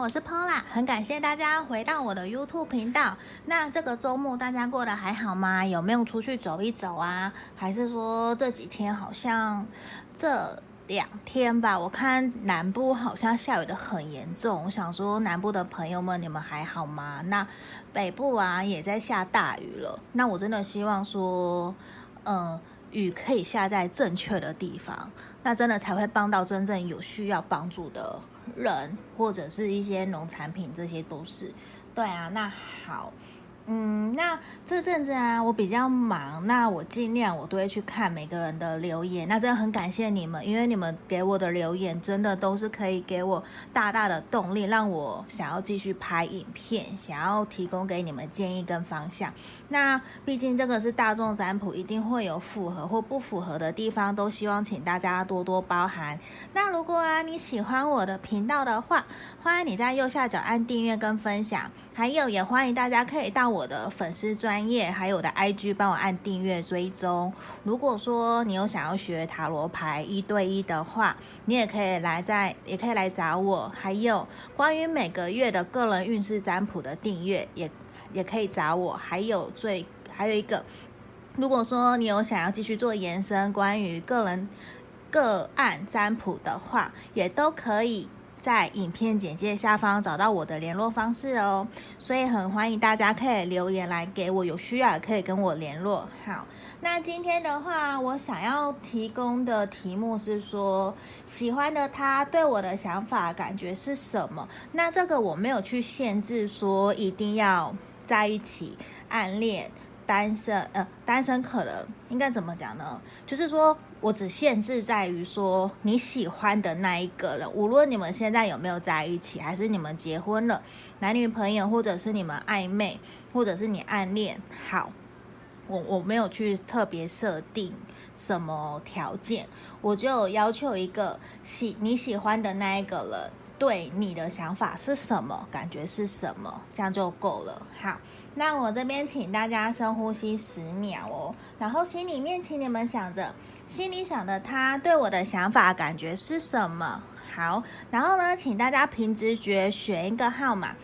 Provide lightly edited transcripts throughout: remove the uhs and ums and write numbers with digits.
我是 Paula，很感谢大家回到我的 YouTube 频道。那这个周末大家过得还好吗？有没有出去走一走啊？还是说这几天好像这2天吧，我看南部好像下雨的很严重。我想说南部的朋友们，你们还好吗？那北部啊也在下大雨了。那我真的希望说，雨可以下在正确的地方，那真的才会帮到真正有需要帮助的人，或者是一些农产品，这些都是。对啊，那好。那这阵子啊，我比较忙，那我尽量我都会去看每个人的留言，那真的很感谢你们，因为你们给我的留言真的都是可以给我大大的动力，让我想要继续拍影片，想要提供给你们建议跟方向。那毕竟这个是大众占卜，一定会有符合或不符合的地方，都希望请大家多多包涵。那如果啊你喜欢我的频道的话，欢迎你在右下角按订阅跟分享，还有也欢迎大家可以到我的粉丝专页还有我的 IG 帮我按订阅追踪。如果说你有想要学塔罗牌1对1的话，你也可以来找我，还有关于每个月的个人运势占卜的订阅也可以找我，还有一个，如果说你有想要继续做延伸关于个案占卜的话，也都可以在影片简介下方找到我的联络方式哦，所以很欢迎大家可以留言来给我，有需要也可以跟我联络。好，那今天的话，我想要提供的题目是说，喜欢的他对我的想法感觉是什么？那这个我没有去限制说一定要在一起、暗恋、单身可能应该怎么讲呢？就是说我只限制在于说你喜欢的那一个人，无论你们现在有没有在一起，还是你们结婚了，男女朋友，或者是你们暧昧，或者是你暗恋，好，我没有去特别设定什么条件，我就有要求一个你喜欢的那一个人对你的想法是什么，感觉是什么，这样就够了。好，那我这边请大家深呼吸10秒哦，然后心里面请你们想着，心里想的他对我的想法感觉是什么。好，然后呢，请大家凭直觉选一个号码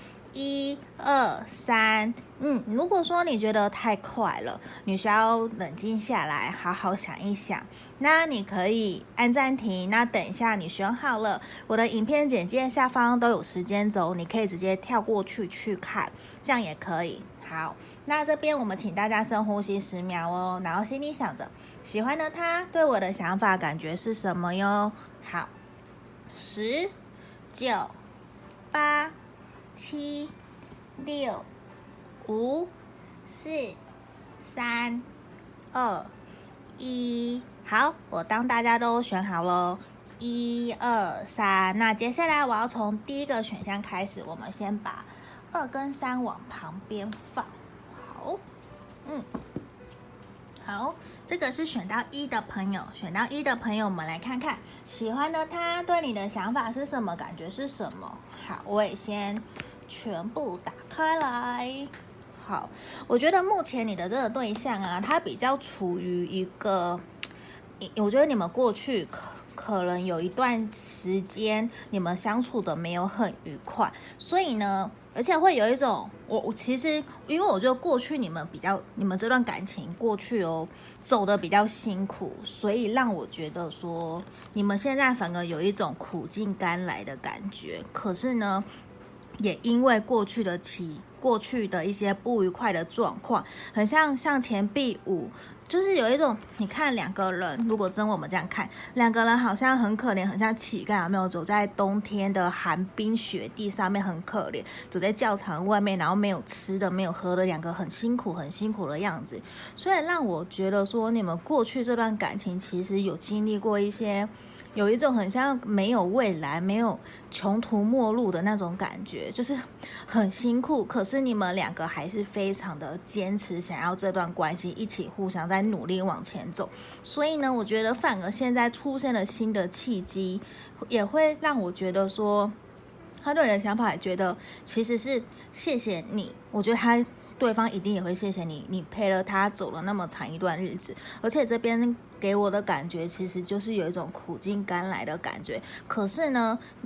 ，1、2、3。如果说你觉得太快了，你需要冷静下来，好好想一想，那你可以按暂停。那等一下你选好了，我的影片简介下方都有时间轴，你可以直接跳过去看，这样也可以。好，那这边我们请大家深呼吸10秒哦，然后心里想着喜欢的他对我的想法感觉是什么哟。好，10、9、8、7、6、5、4、3、2、1。好，我当大家都选好咯，1、2、3。那接下来我要从第一个选项开始，我们先把2跟3往旁边放。好，好，这个是选到1的朋友，我们来看看喜欢的他对你的想法是什么，感觉是什么。好，我也先全部打开来。好，我觉得目前你的这个对象啊，他比较处于一个，我觉得你们过去可能有一段时间你们相处的没有很愉快，所以呢，而且会有一种我其实因为我觉得过去你们这段感情过去走的比较辛苦，所以让我觉得说你们现在反而有一种苦尽甘来的感觉。可是呢，也因为过去的一些不愉快的状况，很像向前避5，就是有一种，你看2个人，如果真我们这样看，2个人好像很可怜，很像乞丐，有没有？走在冬天的寒冰雪地上面，很可怜，走在教堂外面，然后没有吃的，没有喝的，2个很辛苦的样子。所以让我觉得说，你们过去这段感情其实有经历过一些，有一种很像没有未来，没有穷途末路的那种感觉，就是很辛苦，可是你们2个还是非常的坚持，想要这段关系一起互相在努力往前走。所以呢，我觉得反而现在出现了新的契机，也会让我觉得说，他对你的想法也觉得其实是谢谢你，我觉得对方一定也会谢谢你，你陪了他走了那么长一段日子，而且这边给我的感觉其实就是有一种苦尽甘来的感觉。可是呢，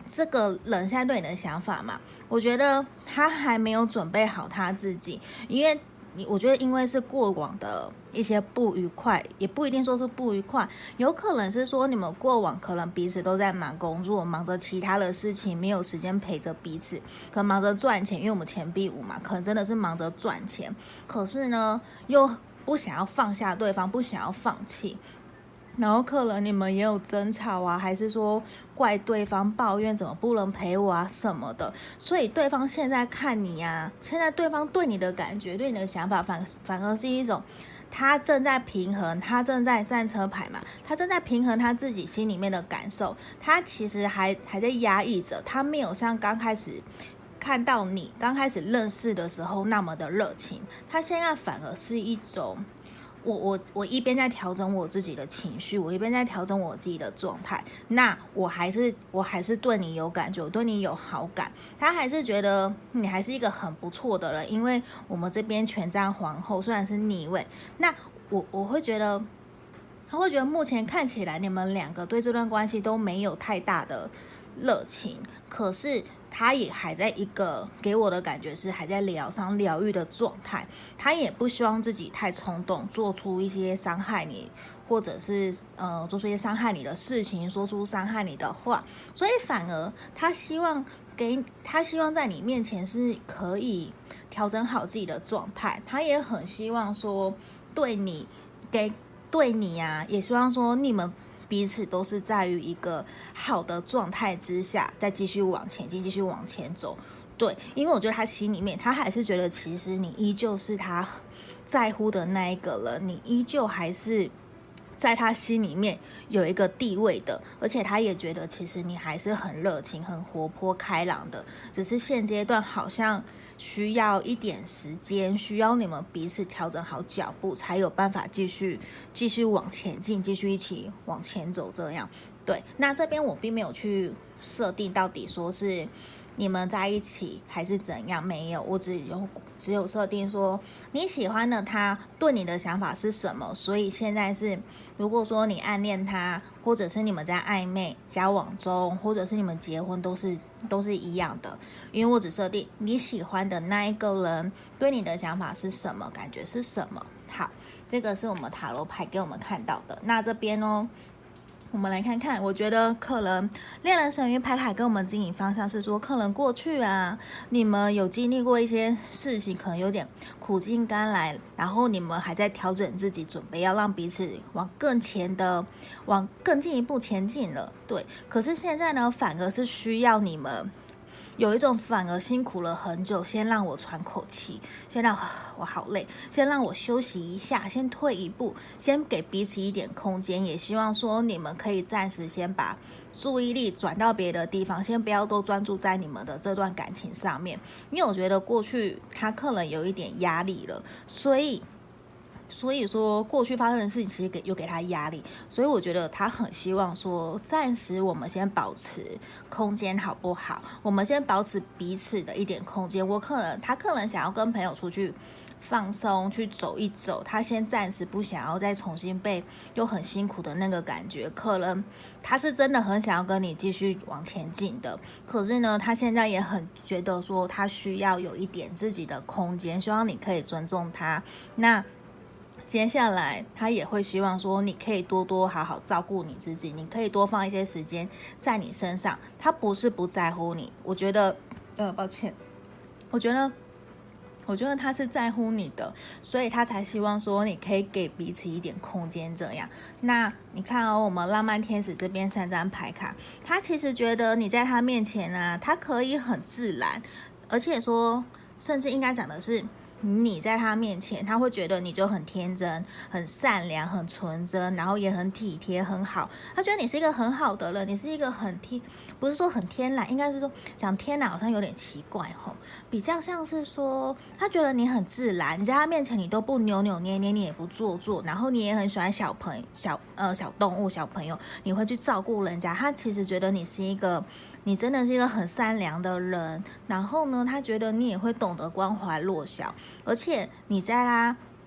这个人现在对你的想法嘛，我觉得他还没有准备好他自己，因为我觉得因为是过往的一些不愉快，也不一定说是不愉快，有可能是说你们过往可能彼此都在忙工作，忙着其他的事情，没有时间陪着彼此，可能忙着赚钱，因为我们钱币五嘛，可能真的是忙着赚钱，可是呢又不想要放下对方，不想要放弃，然后可能你们也有争吵啊，还是说怪对方抱怨怎么不能陪我啊什么的，所以对方现在看你啊，现在对方对你的感觉，对你的想法反而是一种，他正在平衡，他正在战车牌嘛，他正在平衡他自己心里面的感受，他其实还在压抑着，他没有像刚开始看到你刚开始认识的时候那么的热情，他现在反而是一种。我一边在调整我自己的情绪，我一边在调整我自己的状态。那我还是对你有感觉，我对你有好感。他还是觉得你还是一个很不错的人，因为我们这边权杖皇后虽然是逆位，那我会觉得，他会觉得目前看起来你们两个对这段关系都没有太大的热情，可是他也还在一个给我的感觉是还在疗愈的状态，他也不希望自己太冲动，做出一些伤害你，或者是做出一些伤害你的事情，说出伤害你的话，所以反而他希望在你面前是可以调整好自己的状态，他也很希望说对你啊，也希望说你们彼此都是在于一个好的状态之下，再继续往前进，继续往前走。对，因为我觉得他心里面，他还是觉得其实你依旧是他在乎的那一个人，你依旧还是在他心里面有一个地位的，而且他也觉得其实你还是很热情、很活泼、开朗的，只是现阶段好像需要一点时间，需要你们彼此调整好脚步，才有办法继续往前进，继续一起往前走这样。对，那这边我并没有去设定到底说是你们在一起还是怎样，没有，我只有设定说你喜欢的他对你的想法是什么，所以现在是如果说你暗恋他，或者是你们在暧昧交往中，或者是你们结婚，都是一样的，因为我只设定你喜欢的那一个人对你的想法是什么，感觉是什么。好，这个是我们塔罗牌给我们看到的。那这边我们来看看，我觉得可能恋人神谕牌卡跟我们指引方向是说，可能过去啊，你们有经历过一些事情，可能有点苦尽甘来，然后你们还在调整自己，准备要让彼此往更进一步前进了。对，可是现在呢，反而是需要你们有一种反而辛苦了很久，先让我喘口气，先让我好累，先让我休息一下，先退一步，先给彼此一点空间，也希望说你们可以暂时先把注意力转到别的地方，先不要都专注在你们的这段感情上面，因为我觉得过去他可能有一点压力了，所以说过去发生的事情其实有给他压力，所以我觉得他很希望说暂时我们先保持空间好不好，我们先保持彼此的一点空间，他可能想要跟朋友出去放松，去走一走，他先暂时不想要再重新被又很辛苦的那个感觉，可能他是真的很想要跟你继续往前进的，可是呢他现在也很觉得说他需要有一点自己的空间，希望你可以尊重他。那接下来他也会希望说你可以多多好好照顾你自己，你可以多放一些时间在你身上，他不是不在乎你，我觉得抱歉，我觉得他是在乎你的，所以他才希望说你可以给彼此一点空间这样。那你看我们浪漫天使这边3张牌卡，他其实觉得你在他面前啊，他可以很自然，而且说甚至应该讲的是你在他面前，他会觉得你就很天真、很善良、很纯真，然后也很体贴、很好。他觉得你是一个很好的人，你是一个不是说很天然，应该是说讲天然好像有点奇怪吼，比较像是说他觉得你很自然，你在他面前你都不扭扭捏捏，你也不做作，然后你也很喜欢小动物、小朋友，你会去照顾人家。他其实觉得你真的是一个很善良的人，然后呢，他觉得你也会懂得关怀弱小。而且你在他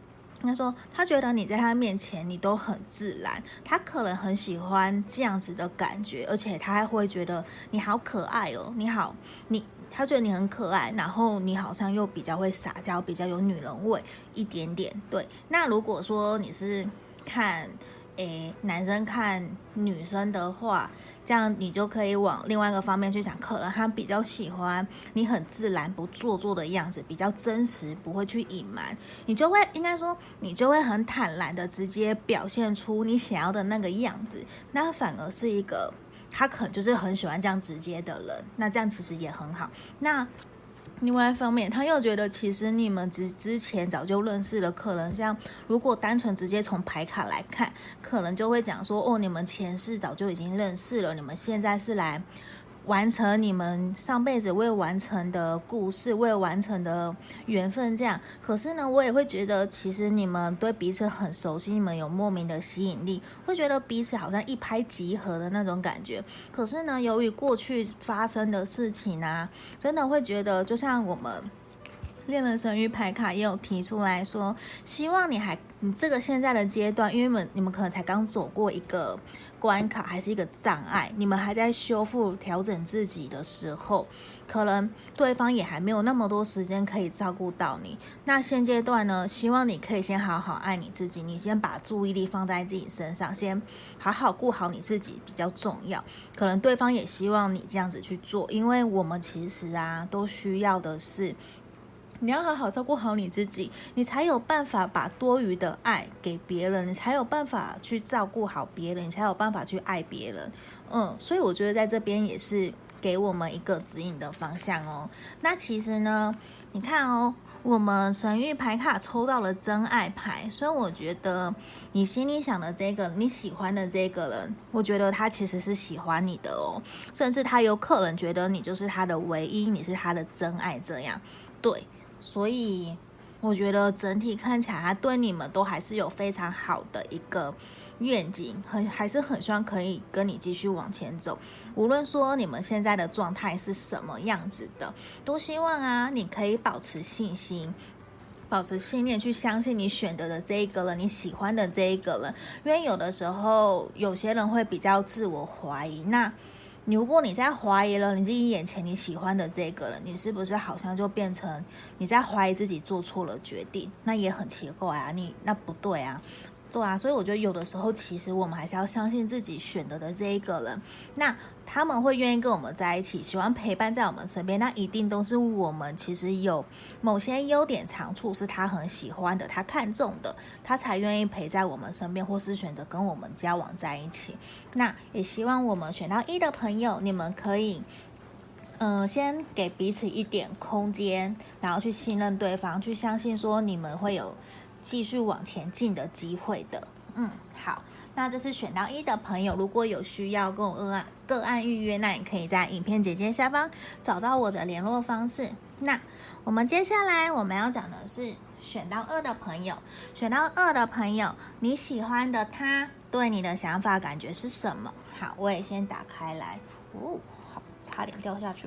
应该说，他觉得你在他面前你都很自然，他可能很喜欢这样子的感觉，而且他还会觉得你好可爱哦，他觉得你很可爱，然后你好像又比较会撒娇，比较有女人味一点点。对，那如果说你是看男生看女生的话，这样你就可以往另外一个方面去想，可能他比较喜欢你很自然不做作的样子，比较真实，不会去隐瞒，你就会应该说你就会很坦然的直接表现出你想要的那个样子，那反而是一个他可能就是很喜欢这样直接的人，那这样其实也很好。那另外一方面，他又觉得其实你们之前早就认识了，可能像如果单纯直接从牌卡来看，可能就会讲说，哦，你们前世早就已经认识了，你们现在是来完成你们上辈子未完成的故事，未完成的缘分这样。可是呢，我也会觉得其实你们对彼此很熟悉，你们有莫名的吸引力，会觉得彼此好像一拍即合的那种感觉。可是呢，由于过去发生的事情啊，真的会觉得就像我们恋人神谕牌卡也有提出来说，希望你这个现在的阶段，因为你们可能才刚走过一个关卡，还是一个障碍，你们还在修复调整自己的时候，可能对方也还没有那么多时间可以照顾到你。那现阶段呢，希望你可以先好好爱你自己，你先把注意力放在自己身上，先好好顾好你自己比较重要。可能对方也希望你这样子去做，因为我们其实都需要的是你要好好照顾好你自己，你才有办法把多余的爱给别人，你才有办法去照顾好别人，你才有办法去爱别人。所以我觉得在这边也是给我们一个指引的方向哦。那其实呢，你看哦，我们神谕牌卡抽到了真爱牌，所以我觉得你心里想的这个你喜欢的这个人，我觉得他其实是喜欢你的哦，甚至他有可能觉得你就是他的唯一，你是他的真爱这样。对，所以我觉得整体看起来他对你们都还是有非常好的一个愿景，还是很希望可以跟你继续往前走。无论说你们现在的状态是什么样子的，都希望你可以保持信心，保持信念，去相信你选择的这一个人，你喜欢的这一个人。因为有的时候有些人会比较自我怀疑，那如果你在怀疑了你自己眼前你喜欢的这个人，你是不是好像就变成你在怀疑自己做错了决定？那也很奇怪啊，那不对啊。对啊，所以我觉得有的时候其实我们还是要相信自己选择的这一个人，那他们会愿意跟我们在一起，喜欢陪伴在我们身边，那一定都是我们其实有某些优点长处是他很喜欢的，他看中的，他才愿意陪在我们身边，或是选择跟我们交往在一起。那也希望我们选到1的朋友，你们可以先给彼此一点空间，然后去信任对方，去相信说你们会有继续往前进的机会的。好，那这是选到1的朋友，如果有需要跟我个案预约，那也可以在影片简介下方找到我的联络方式。那我们接下来我们要讲的是选到2的朋友，选到2的朋友，你喜欢的他对你的想法感觉是什么？好，我也先打开来。好，差点掉下去。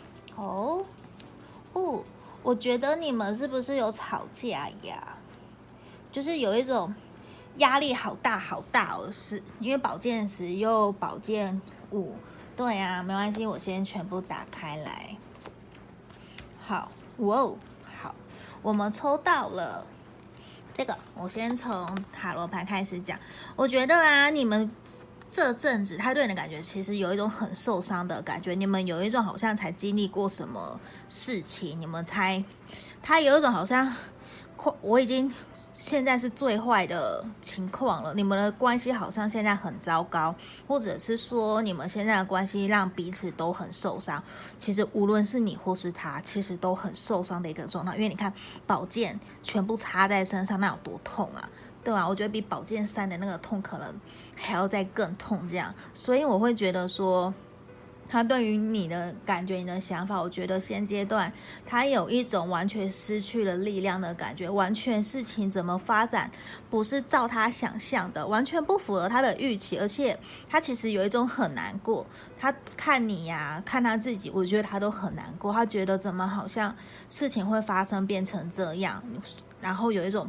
我觉得你们是不是有吵架呀？就是有一种压力好大好大哦，是因为宝剑10又宝剑5，对啊，没关系，我先全部打开来。好，好，我们抽到了这个，我先从塔罗牌开始讲。我觉得你们这阵子他对你的感觉其实有一种很受伤的感觉，你们有一种好像才经历过什么事情，他有一种好像我已经现在是最坏的情况了，你们的关系好像现在很糟糕，或者是说你们现在的关系让彼此都很受伤。其实无论是你或是他，其实都很受伤的一个状态，因为你看宝剑全部插在身上，那有多痛啊，对吧？我觉得比宝剑3的那个痛可能还要再更痛这样，所以我会觉得说他对于你的感觉，你的想法，我觉得现阶段他有一种完全失去了力量的感觉，完全事情怎么发展不是照他想象的，完全不符合他的预期，而且他其实有一种很难过，他看你看他自己，我觉得他都很难过，他觉得怎么好像事情会发生变成这样，然后有一种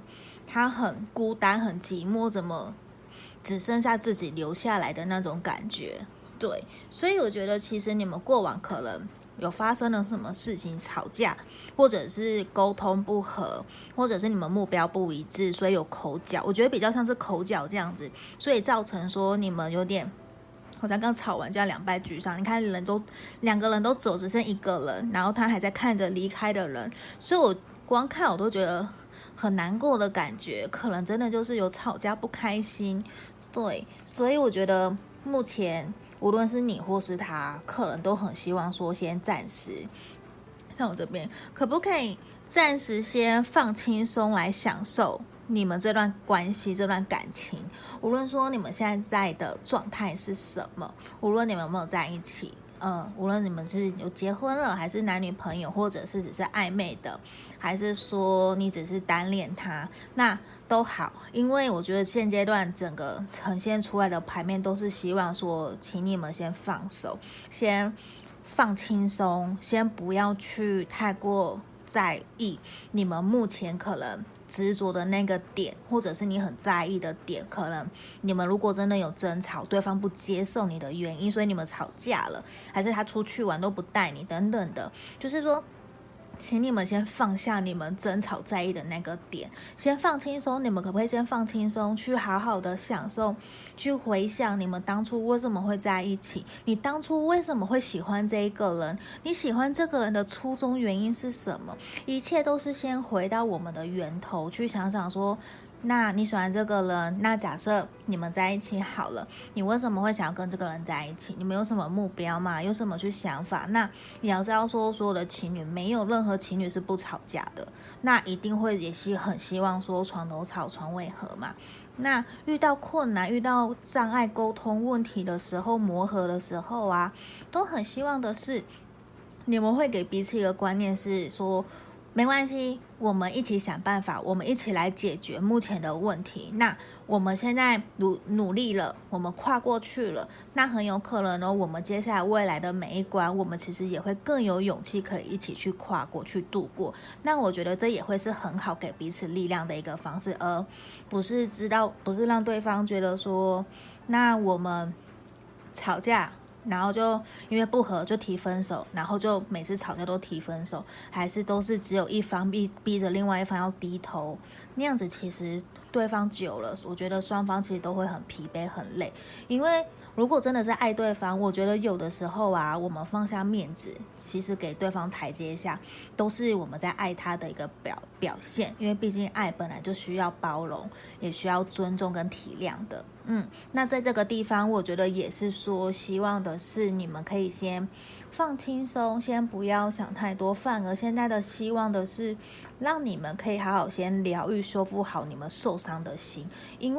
他很孤单很寂寞，怎么只剩下自己留下来的那种感觉。对，所以我觉得其实你们过往可能有发生了什么事情，吵架，或者是沟通不合，或者是你们目标不一致，所以有口角。我觉得比较像是口角这样子，所以造成说你们有点好像刚吵完架两败俱伤。你看两个人都走，只剩一个人，然后他还在看着离开的人，所以我光看我都觉得很难过的感觉，可能真的就是有吵架不开心。对，所以我觉得目前无论是你或是他，可能都很希望说先暂时，像我这边可不可以暂时先放轻松来享受你们这段关系这段感情，无论说你们现在的状态是什么，无论你们有没有在一起，无论你们是有结婚了还是男女朋友，或者是只是暧昧的，还是说你只是单恋他，那都好。因为我觉得现阶段整个呈现出来的牌面都是希望说请你们先放手，先放轻松，先不要去太过在意你们目前可能执着的那个点，或者是你很在意的点，可能你们如果真的有争吵，对方不接受你的原因，所以你们吵架了，还是他出去玩都不带你等等的，就是说请你们先放下你们争吵在意的那个点，先放轻松。你们可不可以先放轻松，去好好的享受，去回想你们当初为什么会在一起，你当初为什么会喜欢这一个人，你喜欢这个人的初衷原因是什么，一切都是先回到我们的源头去想想说，那你喜欢这个人，那假设你们在一起好了，你为什么会想要跟这个人在一起？你们有什么目标吗？有什么去想法？那你要知道说，所有的情侣没有任何情侣是不吵架的，那一定会也很希望说床头吵床尾和嘛。那遇到困难、遇到障碍、沟通问题的时候、磨合的时候啊，都很希望的是你们会给彼此一个观念是说，没关系，我们一起想办法，我们一起来解决目前的问题。那我们现在努力了，我们跨过去了，那很有可能呢，我们接下来未来的每一关，我们其实也会更有勇气可以一起去跨过去度过。那我觉得这也会是很好给彼此力量的一个方式，而不是让对方觉得说，那我们吵架，然后就因为不合就提分手，然后就每次吵架都提分手，还是都是只有一方逼着另外一方要低头，那样子其实对方久了，我觉得双方其实都会很疲惫很累。因为如果真的是爱对方，我觉得有的时候啊，我们放下面子，其实给对方台阶下，都是我们在爱他的一个表现。因为毕竟爱本来就需要包容，也需要尊重跟体谅的。那在这个地方，我觉得也是说，希望的是你们可以先放轻松，先不要想太多，反而现在的希望的是，让你们可以好好先疗愈、修复好你们受伤的心。因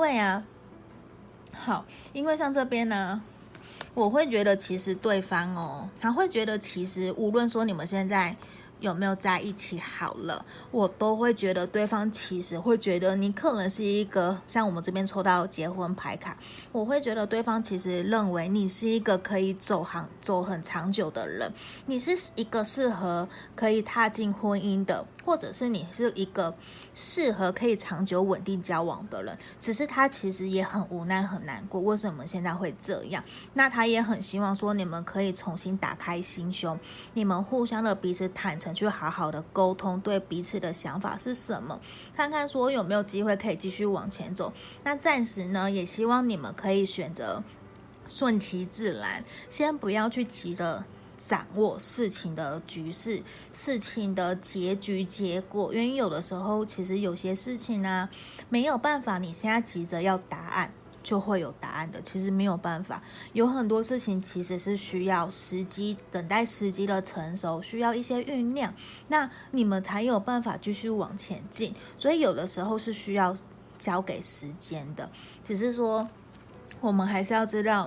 为像这边呢，我会觉得其实对方他会觉得其实无论说你们现在有没有在一起好了，我都会觉得对方其实会觉得你可能是一个，像我们这边抽到结婚牌卡，我会觉得对方其实认为你是一个可以走很长久的人，你是一个适合可以踏进婚姻的，或者是你是一个适合可以长久稳定交往的人，只是他其实也很无奈很难过，为什么现在会这样。那他也很希望说你们可以重新打开心胸，你们互相的彼此坦诚，去好好的沟通对彼此的想法是什么，看看说有没有机会可以继续往前走。那暂时呢，也希望你们可以选择顺其自然，先不要去急着掌握事情的局势、事情的结局结果，因为有的时候其实有些事情啊，没有办法你现在急着要答案就会有答案的，其实没有办法，有很多事情其实是需要时机，等待时机的成熟，需要一些酝酿，那你们才有办法继续往前进。所以有的时候是需要交给时间的，只是说我们还是要知道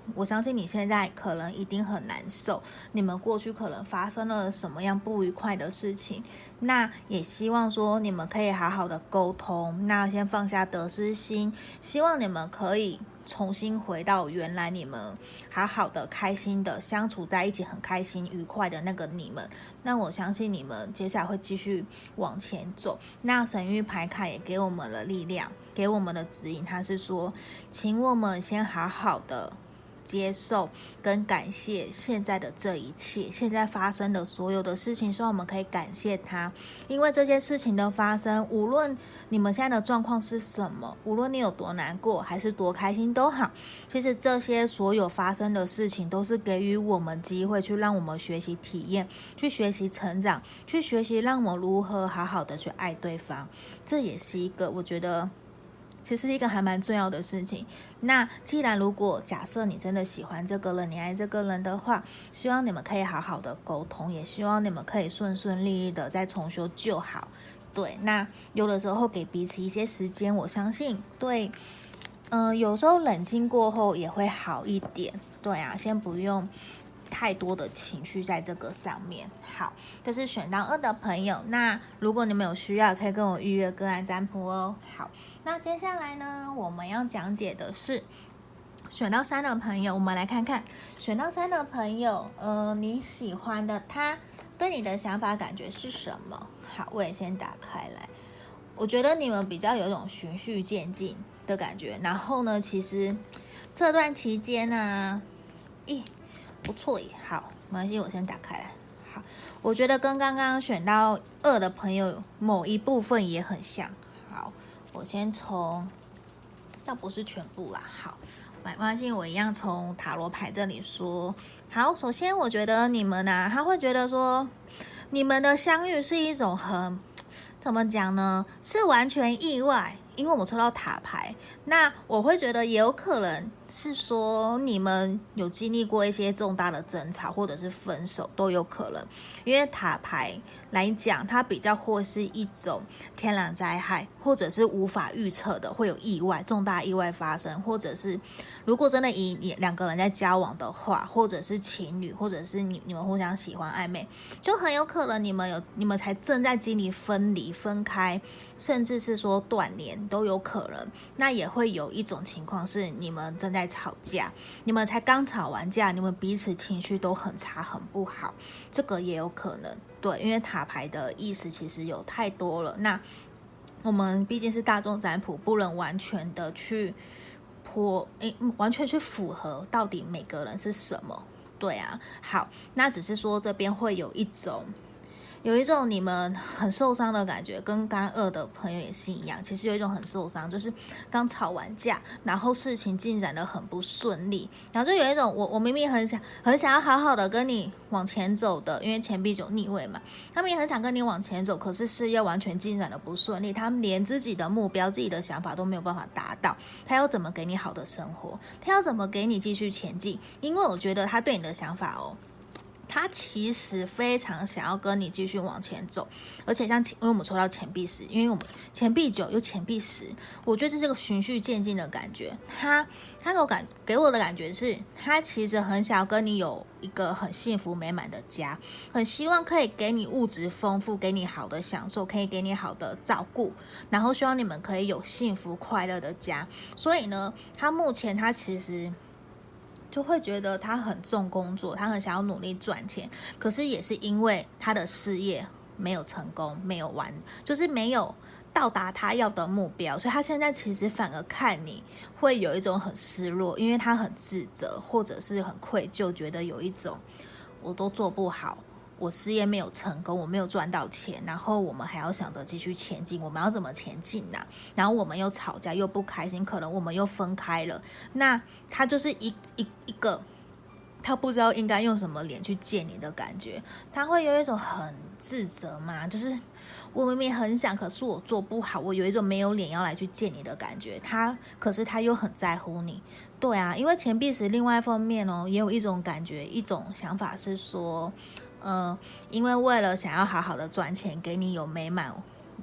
我相信你现在可能一定很难受，你们过去可能发生了什么样不愉快的事情，那也希望说你们可以好好的沟通，那先放下得失心，希望你们可以重新回到原来你们好好的开心的相处在一起，很开心愉快的那个你们。那我相信你们接下来会继续往前走。那神谕牌卡也给我们了力量，给我们的指引，他是说请我们先好好的接受跟感谢现在的这一切，现在发生的所有的事情，希望我们可以感谢它，因为这些事情的发生，无论你们现在的状况是什么，无论你有多难过还是多开心都好，其实这些所有发生的事情都是给予我们机会，去让我们学习体验，去学习成长，去学习让我们如何好好的去爱对方。这也是一个我觉得其实是一个还蛮重要的事情。那既然如果假设你真的喜欢这个人，你爱这个人的话，希望你们可以好好的沟通，也希望你们可以顺顺利利的再重修旧好。对，那有的时候给彼此一些时间，我相信对，有时候冷静过后也会好一点。对啊，先不用太多的情绪在这个上面。好，这是选到2的朋友，那如果你们有需要可以跟我预约个案占卜哦。好，那接下来呢，我们要讲解的是选到3的朋友，我们来看看选到3的朋友，你喜欢的他对你的想法感觉是什么？好，我也先打开来。我觉得你们比较有一种循序渐进的感觉，然后呢，其实这段期间呢，不错耶。好，没关系，我先打开来。好，我觉得跟刚刚选到2的朋友某一部分也很像。好，我先从，倒不是全部啦。好，没关系，我一样从塔罗牌这里说。好，首先我觉得你们啊，他会觉得说，你们的相遇是一种很，怎么讲呢？是完全意外，因为我们抽到塔牌，那我会觉得也有可能是说你们有经历过一些重大的争吵或者是分手都有可能，因为塔牌来讲，它比较会是一种天然灾害，或者是无法预测的，会有意外，重大意外发生，或者是如果真的以2个人在交往的话，或者是情侣，或者是你们互相喜欢暧昧，就很有可能你们才正在经历分离、分开，甚至是说断联都有可能。那也会有一种情况是你们正在吵架，你们才刚吵完架，你们彼此情绪都很差很不好，这个也有可能。对，因为塔牌的意思其实有太多了，那我们毕竟是大众占卜，不能完全的去完全去符合到底每个人是什么。对啊，好，那只是说这边会有一种你们很受伤的感觉，跟刚2的朋友也是一样，其实有一种很受伤，就是刚吵完架，然后事情进展的很不顺利，然后就有一种我明明很想要好好的跟你往前走的，因为钱币9逆位嘛，他们也很想跟你往前走，可是事业完全进展的不顺利，他们连自己的目标、自己的想法都没有办法达到，他要怎么给你好的生活？他要怎么给你继续前进？因为我觉得他对你的想法他其实非常想要跟你继续往前走，而且因为我们抽到钱币10，因为我们钱币9有钱币10，我觉得这是个循序渐进的感觉。他给我的感觉是，他其实很想要跟你有一个很幸福美满的家，很希望可以给你物质丰富，给你好的享受，可以给你好的照顾，然后希望你们可以有幸福快乐的家。所以呢，他目前其实就会觉得他很重工作，他很想要努力赚钱，可是也是因为他的事业没有成功，没有完，就是没有到达他要的目标，所以他现在其实反而看你会有一种很失落，因为他很自责或者是很愧疚，觉得有一种我都做不好，我事业没有成功，我没有赚到钱，然后我们还要想着继续前进，我们要怎么前进啊？然后我们又吵架又不开心，可能我们又分开了，那他就是一个他不知道应该用什么脸去见你的感觉，他会有一种很自责嘛，就是我明明很想，可是我做不好，我有一种没有脸要来去见你的感觉，可是他又很在乎你。对啊，因为钱币10另外一方面也有一种感觉，一种想法是说因为为了想要好好的赚钱，给你有美满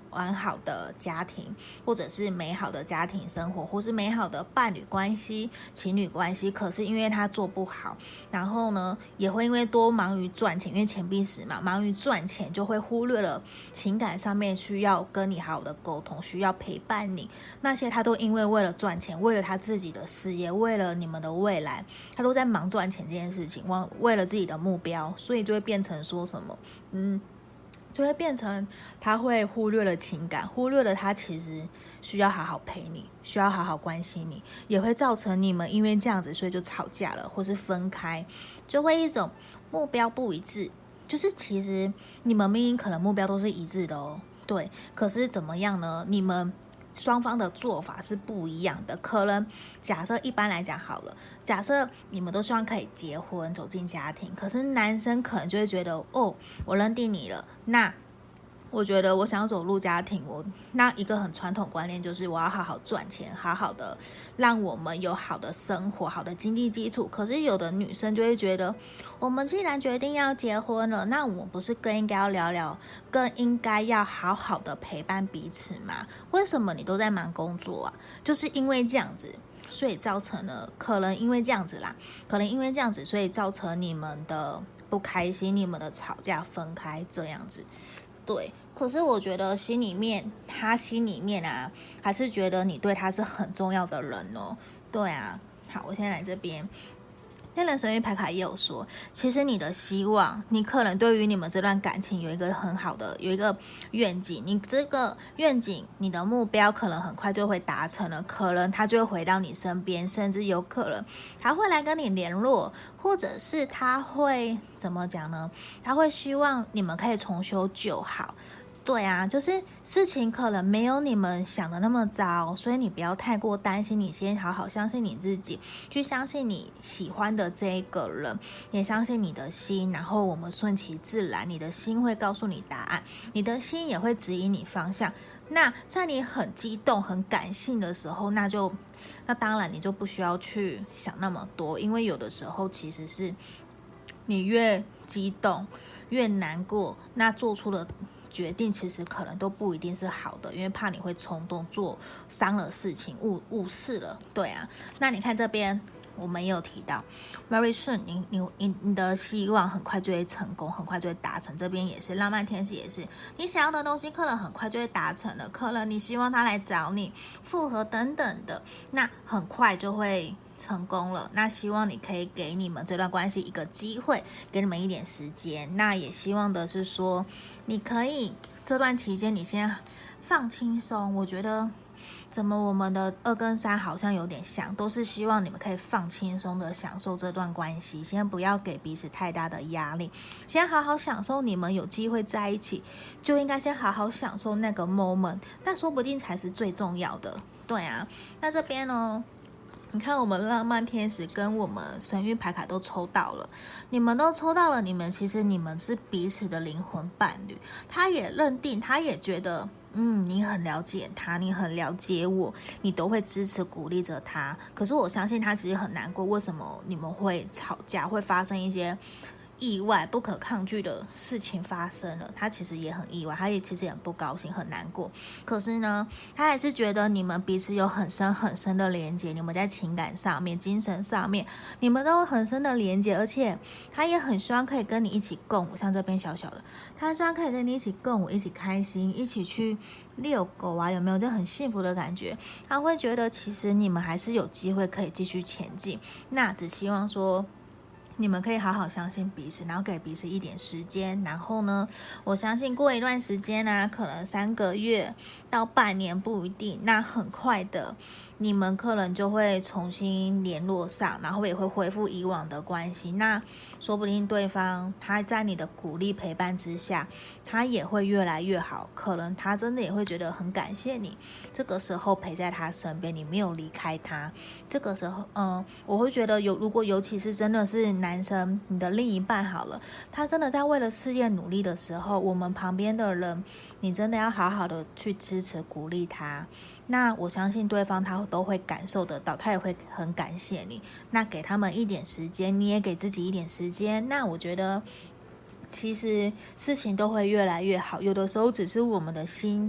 完好的家庭，或者是美好的家庭生活，或是美好的伴侣关系、情侣关系，可是因为他做不好，然后呢也会因为多忙于赚钱，因为钱币石嘛，忙于赚钱就会忽略了情感上面需要跟你好好的沟通，需要陪伴你，那些他都因为了赚钱，为了他自己的事业，为了你们的未来，他都在忙赚钱这件事情，为了自己的目标，所以就会变成说什么就会变成他会忽略了情感，忽略了他其实需要好好陪你，需要好好关心你，也会造成你们因为这样子所以就吵架了，或是分开，就会一种目标不一致，就是其实你们明明可能目标都是一致的哦，对，可是怎么样呢？你们双方的做法是不一样的，可能假设一般来讲好了，假设你们都希望可以结婚走进家庭，可是男生可能就会觉得我认定你了，那我觉得我想要走入家庭，那一个很传统观念就是我要好好赚钱，好好的让我们有好的生活，好的经济基础。可是有的女生就会觉得，我们既然决定要结婚了，那我们不是更应该要聊聊，更应该要好好的陪伴彼此吗？为什么你都在忙工作啊？就是因为这样子，所以造成了可能因为这样子，所以造成你们的不开心，你们的吵架分开这样子。对，可是我觉得他心里面啊，还是觉得你对他是很重要的人哦。对啊，好，我先来这边。天人神谕牌卡也有说，其实你的希望，你可能对于你们这段感情有一个很好的，有一个愿景，你这个愿景，你的目标可能很快就会达成了，可能他就会回到你身边，甚至有可能他会来跟你联络，或者是他会怎么讲呢？他会希望你们可以重修旧好。对啊，就是事情可能没有你们想的那么糟，所以你不要太过担心，你先好好相信你自己，去相信你喜欢的这一个人，也相信你的心，然后我们顺其自然，你的心会告诉你答案，你的心也会指引你方向。那在你很激动、很感性的时候，那当然你就不需要去想那么多，因为有的时候其实是你越激动、越难过，那做出的决定其实可能都不一定是好的，因为怕你会冲动做伤了事情，误事了。对啊，那你看这边我们也有提到 very soon， 你的希望很快就会成功，很快就会达成。这边也是浪漫天使，也是你想要的东西可能很快就会达成了，可能你希望他来找你复合等等的，那很快就会成功了。那希望你可以给你们这段关系一个机会，给你们一点时间。那也希望的是说，你可以这段期间你先放轻松。我觉得怎么我们的2跟3好像有点像，都是希望你们可以放轻松的享受这段关系，先不要给彼此太大的压力，先好好享受你们有机会在一起，就应该先好好享受那个 moment， 但说不定才是最重要的。对啊，那这边呢，你看我们浪漫天使跟我们神谕牌卡都抽到了，你们都抽到了，其实你们是彼此的灵魂伴侣，他也认定，他也觉得你很了解他，你很了解我，你都会支持鼓励着他。可是我相信他其实很难过，为什么你们会吵架，会发生一些意外不可抗拒的事情发生了，他其实也很意外，他也其实也很不高兴，很难过。可是呢，他还是觉得你们彼此有很深很深的连接，你们在情感上面、精神上面，你们都有很深的连接，而且他也很希望可以跟你一起共舞。像这边小小的，他希望可以跟你一起共舞，一起开心，一起去遛狗啊，有没有？就很幸福的感觉。他会觉得其实你们还是有机会可以继续前进，那只希望说你们可以好好相信彼此，然后给彼此一点时间。然后呢，我相信过一段时间啊，可能3个月到半年不一定，那很快的你们可能就会重新联络上，然后也会恢复以往的关系。那说不定对方他在你的鼓励陪伴之下，他也会越来越好，可能他真的也会觉得很感谢你这个时候陪在他身边，你没有离开他。这个时候我会觉得如果尤其是真的是男生，你的另一半好了，他真的在为了事业努力的时候，我们旁边的人你真的要好好的去支持鼓励他，那我相信对方他都会感受得到，他也会很感谢你。那给他们一点时间，你也给自己一点时间，那我觉得其实事情都会越来越好。有的时候只是我们的心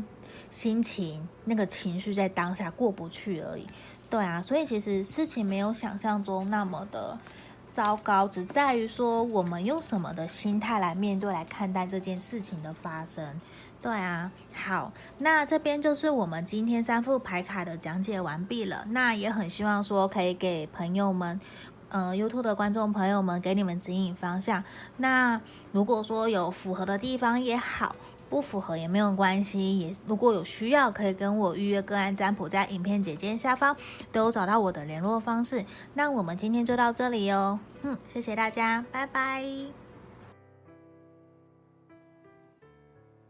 心情、那个情绪在当下过不去而已。对啊，所以其实事情没有想象中那么的糟糕，只在于说我们用什么的心态来面对、来看待这件事情的发生。对啊，好，那这边就是我们今天3副牌卡的讲解完毕了。那也很希望说可以给朋友们YouTube 的观众朋友们给你们指引方向。那如果说有符合的地方也好，不符合也没有关系，也如果有需要可以跟我预约个案占卜，在影片简介下方都有找到我的联络方式。那我们今天就到这里哦，谢谢大家，拜拜。